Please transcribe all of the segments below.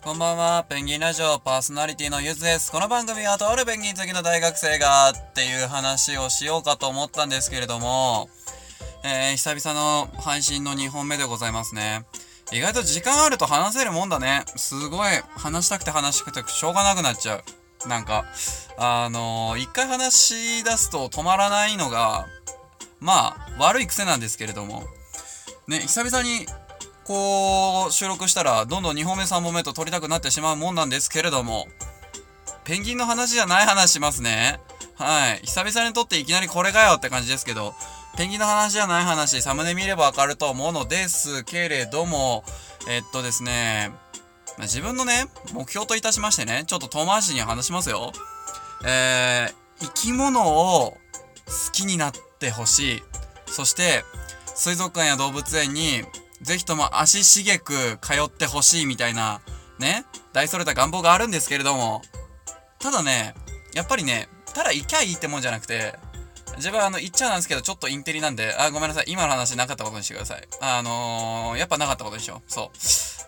こんばんは、ペンギンラジオパーソナリティのゆずです。この番組はとあるペンギン好きの大学生がっていう話をしようかと思ったんですけれども、久々の配信の2本目でございますね。意外と時間あると話せるもんだね。すごい話したくてしょうがなくなっちゃう。なんか、一回話し出すと止まらないのが、まあ、悪い癖なんですけれども、ね、久々に収録したらどんどん2本目3本目と撮りたくなってしまうもんなんですけれども、ペンギンの話じゃない話しますね。はい。久々に撮っていきなりこれかよって感じですけど、ペンギンの話じゃない話、サムネ見ればわかると思うのですけれども、ですね、自分のね、目標といたしましてね、ちょっと遠回しに話しますよ。生き物を好きになってほしい。そして、水族館や動物園にぜひとも足しげく通ってほしいみたいな、ね、大それた願望があるんですけれども、ただね、やっぱりね、ただ行きゃいいってもんじゃなくて、自分は言っちゃなんですけど、ちょっとインテリなんで、ごめんなさい、今の話なかったことにしてください。やっぱなかったことにしよう。そう。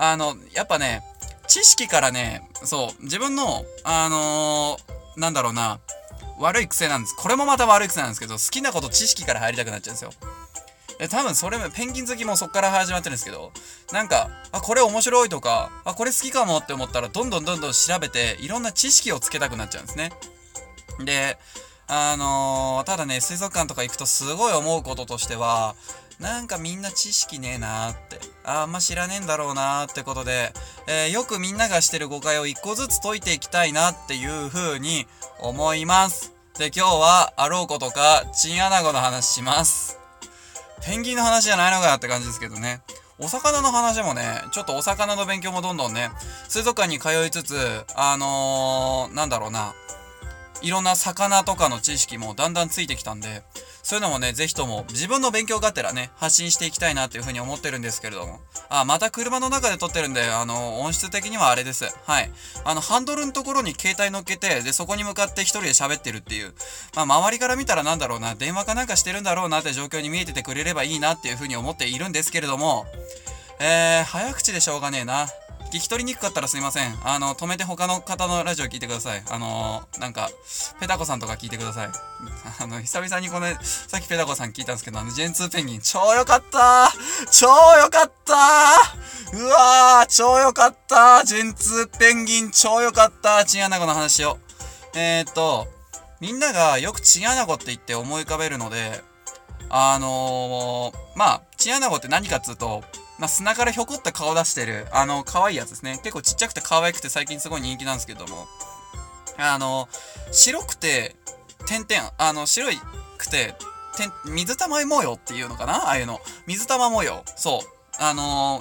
やっぱね、知識からね、そう、自分の、なんだろうな、悪い癖なんです。これもまた悪い癖なんですけど、好きなこと知識から入りたくなっちゃうんですよ。多分それも、ペンギン好きもそっから始まってるんですけど、なんか、これ面白いとか、これ好きかもって思ったら、どんどん調べて、いろんな知識をつけたくなっちゃうんですね。で、ただね、水族館とか行くとすごい思うこととしては、なんかみんな知識ねえなーって、あんま知らねえんだろうなーってことで、よくみんながしてる誤解を一個ずつ解いていきたいなっていう風に思います。で、今日はあろうことか、チンアナゴの話します。ペンギンの話じゃないのかよって感じですけどね。お魚の話もね、ちょっとお魚の勉強もどんどんね、水族館に通いつつ、なんだろうな、いろんな魚とかの知識もだんだんついてきたんで、そういうのもね、ぜひとも自分の勉強がてらね、発信していきたいなっていうふうに思ってるんですけれども。また車の中で撮ってるんで、音質的にはあれです。はい。ハンドルのところに携帯乗っけて、で、そこに向かって一人で喋ってるっていう。周りから見たらなんだろうな、電話かなんかしてるんだろうなって状況に見えててくれればいいなっていうふうに思っているんですけれども、早口でしょうがねえな。聞き取りにくかったらすいません。止めて他の方のラジオ聞いてください。なんか、ペタコさんとか聞いてください。久々にさっきペタコさん聞いたんですけど、ジェンツーペンギン、超良かった超良かったうわー、超良かったジェンツーペンギン、超良かったチンアナゴの話を。みんながよくチンアナゴって言って思い浮かべるので、チンアナゴって何かっつうと、砂からひょこって顔出してる、可愛いやつですね。結構ちっちゃくて可愛くて最近すごい人気なんですけども。白くて、白くて、水玉模様っていうのかなああいうの。水玉模様。そう。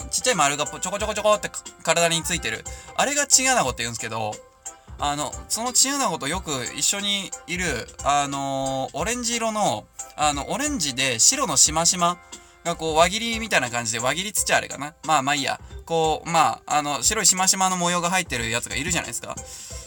ちっちゃい丸がちょこちょこちょこって体についてる。あれがチンアナゴって言うんですけど、そのチンアナゴとよく一緒にいる、オレンジ色の、オレンジで白のしましまが輪切りみたいな感じで、輪切りつっちゃあれかな。まあいいや。白いしましまの模様が入ってるやつがいるじゃないですか。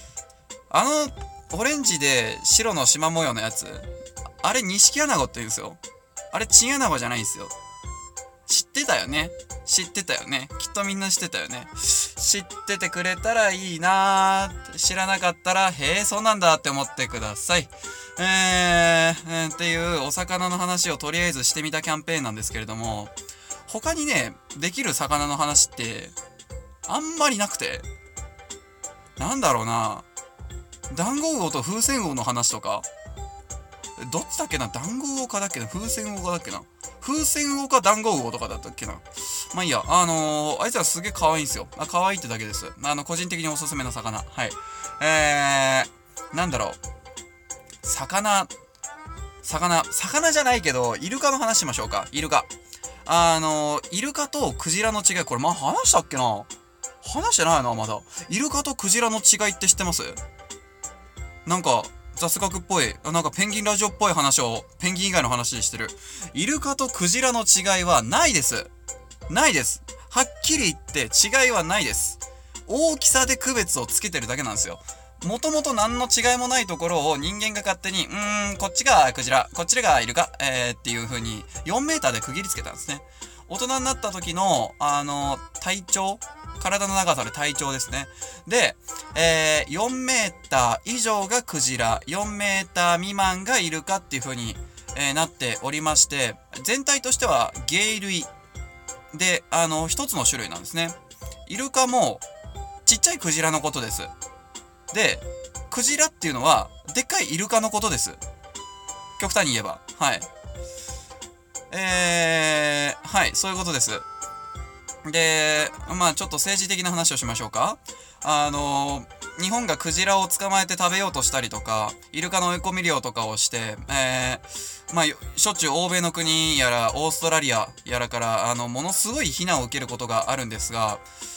オレンジで白の縞模様のやつ。あれ、ニシキアナゴって言うんですよ。あれ、チンアナゴじゃないんですよ。知ってたよね。知ってたよね。きっとみんな知ってたよね。知っててくれたらいいなー。知らなかったら、へえ、そうなんだって思ってください。っていうお魚の話をとりあえずしてみたキャンペーンなんですけれども、他にね、できる魚の話って、あんまりなくて、なんだろうな、ダンゴウオと風船魚の話とか、どっちだっけな、ダンゴウオかだっけな、風船魚かだっけな、風船魚かダンゴウオとかだったっけな。まあいいや、あいつらすげえ可愛いんですよ。可愛いってだけです。個人的におすすめの魚。はい。なんだろう。魚じゃないけど、イルカの話しましょうか。イルカ。イルカとクジラの違い、これ話したっけな、話してないな、まだ。イルカとクジラの違いって知ってます？なんか、雑学っぽい、なんかペンギンラジオっぽい話を、ペンギン以外の話でしてる。イルカとクジラの違いはないです。ないです。はっきり言って違いはないです。大きさで区別をつけてるだけなんですよ。もともと何の違いもないところを人間が勝手に、こっちがクジラ、こっちがイルカ、っていう風に4メーターで区切りつけたんですね。大人になった時の、体長体の長さで体長ですね。で、4メーター以上がクジラ、4メーター未満がイルカっていう風に、なっておりまして、全体としては鯨類で、一つの種類なんですね。イルカもちっちゃいクジラのことです。で、クジラっていうのはでっかいイルカのことです。極端に言えば。はい。はい、そういうことです。で、まあちょっと政治的な話をしましょうか。日本がクジラを捕まえて食べようとしたりとか、イルカの追い込み漁とかをして、まあ、しょっちゅう欧米の国やら、オーストラリアやらから、ものすごい非難を受けることがあるんですが、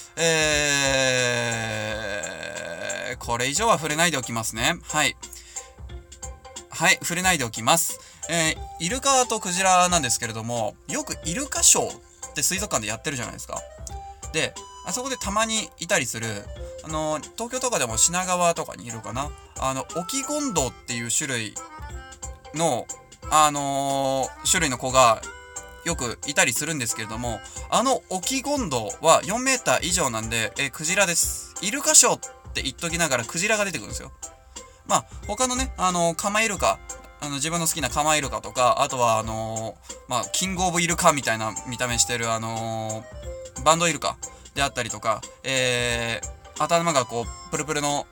これ以上は触れないでおきますね。はい。はい、触れないでおきます。イルカとクジラなんですけれども、よくイルカショーって水族館でやってるじゃないですか。で、あそこでたまにいたりする、東京とかでも品川とかにいるかな。オキゴンドウっていう種類の、種類の子がよくいたりするんですけれども、オキゴンドウは4メーター以上なんで、クジラです。イルカショーって言っときながらクジラが出てくるんですよ。まあ、他のね、カマイルカ、自分の好きなカマイルカとか、あとはまあ、キングオブイルカみたいな見た目してるバンドイルカであったりとか、頭がこう、プルプルの、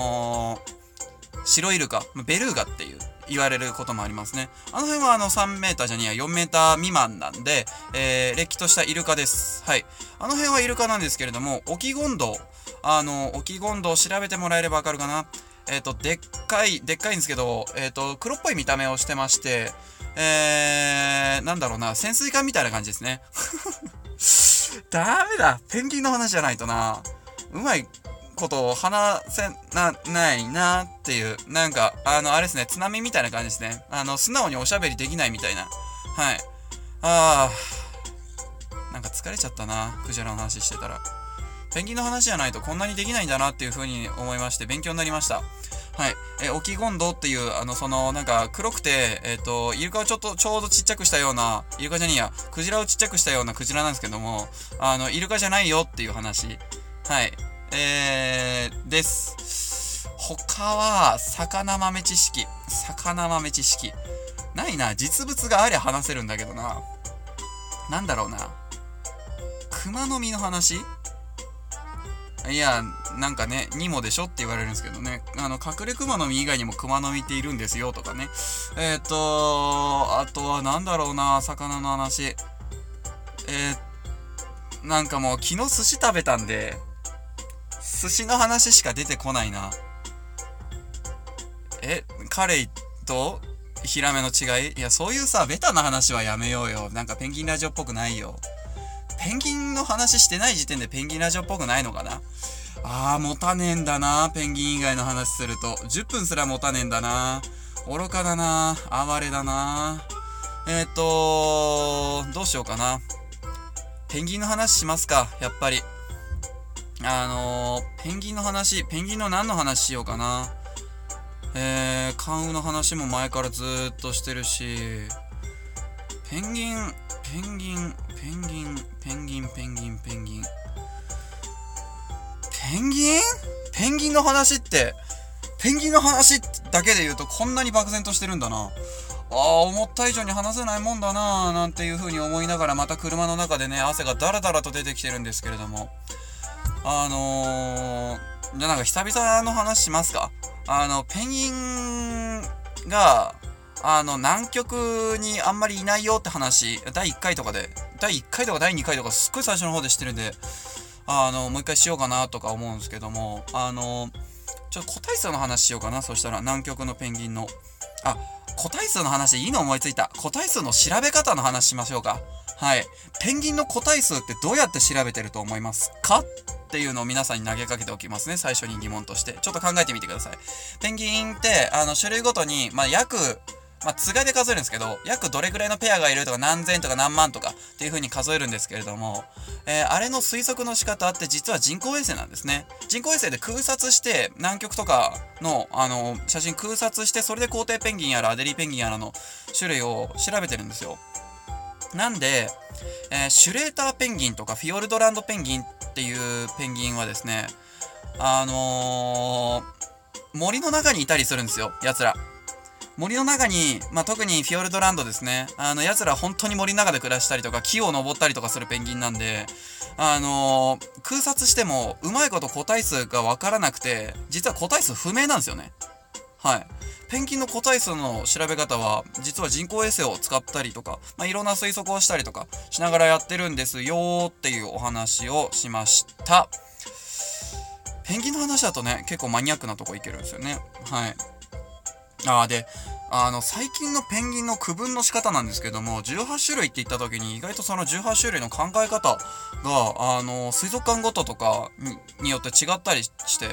白イルカ、ベルーガっていう、言われることもありますね。あの辺は3メーターじゃねえや、4メーター未満なんで、れっきとしたイルカです。はい。あの辺はイルカなんですけれども、オキゴンドウ。オキゴンドウを調べてもらえればわかるかな。でっかいんですけど、黒っぽい見た目をしてまして、なんだろうな、潜水艦みたいな感じですね。ダメだ。ペンギンの話じゃないとな。うまいことを話せないなっていう。なんか、あれですね、津波みたいな感じですね。素直におしゃべりできないみたいな。はい。なんか疲れちゃったな。クジラの話してたら。ペンギンの話じゃないとこんなにできないんだなっていう風に思いまして、勉強になりました。はい。オキゴンドウっていう、なんか、黒くて、イルカをちょうどちっちゃくしたような、イルカじゃねえや、クジラをちっちゃくしたようなクジラなんですけども、イルカじゃないよっていう話。はい。です。他は、魚豆知識。ないな。実物がありゃ話せるんだけどな。なんだろうな。熊の実の話？いや、なんかね、ニモでしょって言われるんですけどね。隠れ熊の実以外にも熊の実っているんですよとかね。あとはなんだろうな、魚の話。なんかもう昨日寿司食べたんで、寿司の話しか出てこないな。カレイとヒラメの違い？いや、そういうさ、ベタな話はやめようよ。なんかペンギンラジオっぽくないよ。ペンギンの話してない時点でペンギンラジオっぽくないのかな。持たねえんだな。ペンギン以外の話すると。10分すら持たねえんだな。愚かだな。哀れだな。どうしようかな。ペンギンの話しますか、やっぱり。ペンギンの何の話しようかな。関羽の話も前からずーっとしてるし、ペンギンの話って、ペンギンの話だけで言うとこんなに漠然としてるんだな。思った以上に話せないもんだななんていう風に思いながら、また車の中でね、汗がダラダラと出てきてるんですけれども。じゃあなんか久々の話しますか。ペンギンが、南極にあんまりいないよって話、第1回とか第2回とかすっごい最初の方で知ってるんで、もう一回しようかなとか思うんですけども、ちょっと個体数の話しようかな。そしたら南極のペンギンの、個体数の話でいいの思いついた。個体数の調べ方の話しましょうか。はい。ペンギンの個体数ってどうやって調べてると思いますかっていうのを皆さんに投げかけておきますね。最初に疑問として。ちょっと考えてみてください。ペンギンって、種類ごとに、つがいで数えるんですけど、約どれぐらいのペアがいるとか、何千とか何万とかっていう風に数えるんですけれども、あれの推測の仕方って実は人工衛星なんですね。人工衛星で空撮して、南極とかの、写真空撮して、それでコウテイペンギンやらアデリーペンギンやらの種類を調べてるんですよ。 なんで、シュレーターペンギンとかフィヨルドランドペンギンっていうペンギンはですね、森の中にいたりするんですよ、やつら。森の中に、特にフィヨルドランドですね。やつら本当に森の中で暮らしたりとか、木を登ったりとかするペンギンなんで、空撮しても、うまいこと個体数がわからなくて、実は個体数不明なんですよね。はい。ペンギンの個体数の調べ方は、実は人工衛星を使ったりとか、いろんな推測をしたりとかしながらやってるんですよーっていうお話をしました。ペンギンの話だとね、結構マニアックなとこいけるんですよね。はい。で、最近のペンギンの区分の仕方なんですけども、18種類って言った時に、意外とその18種類の考え方が、水族館ごととかによって違ったりして、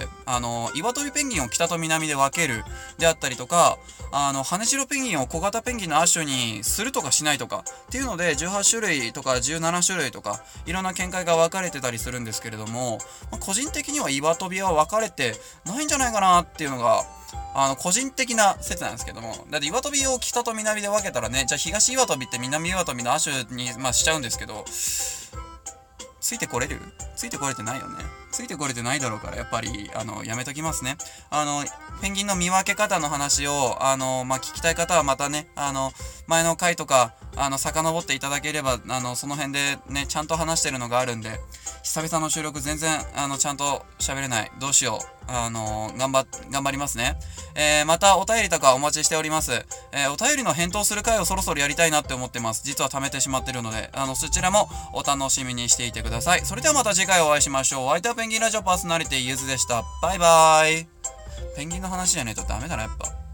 岩飛びペンギンを北と南で分けるであったりとか、羽白ペンギンを小型ペンギンの亜種にするとかしないとかっていうので、18種類とか17種類とか、いろんな見解が分かれてたりするんですけれども、個人的には岩飛びは分かれてないんじゃないかなっていうのが、個人的な説なんですけども、だって岩飛びを北と南で分けたらね、じゃあ東岩飛びって南岩飛びの亜種に、しちゃうんですけど、ついてこれる？ついてこれてないよね。ついてこれてないだろうから、やっぱり、やめときますね。ペンギンの見分け方の話を、聞きたい方はまたね、前の回とか、遡っていただければ、その辺でね、ちゃんと話してるのがあるんで、久々の収録全然、ちゃんと喋れない。どうしよう。頑張りますね。またお便りとかお待ちしております。お便りの返答する回をそろそろやりたいなって思ってます。実は貯めてしまってるので、そちらもお楽しみにしていてください。それではまた次回お会いしましょう。お相手はペンギンラジオパーソナリティゆずでした。バイバーイ。ペンギンの話じゃねえとダメだな、やっぱ。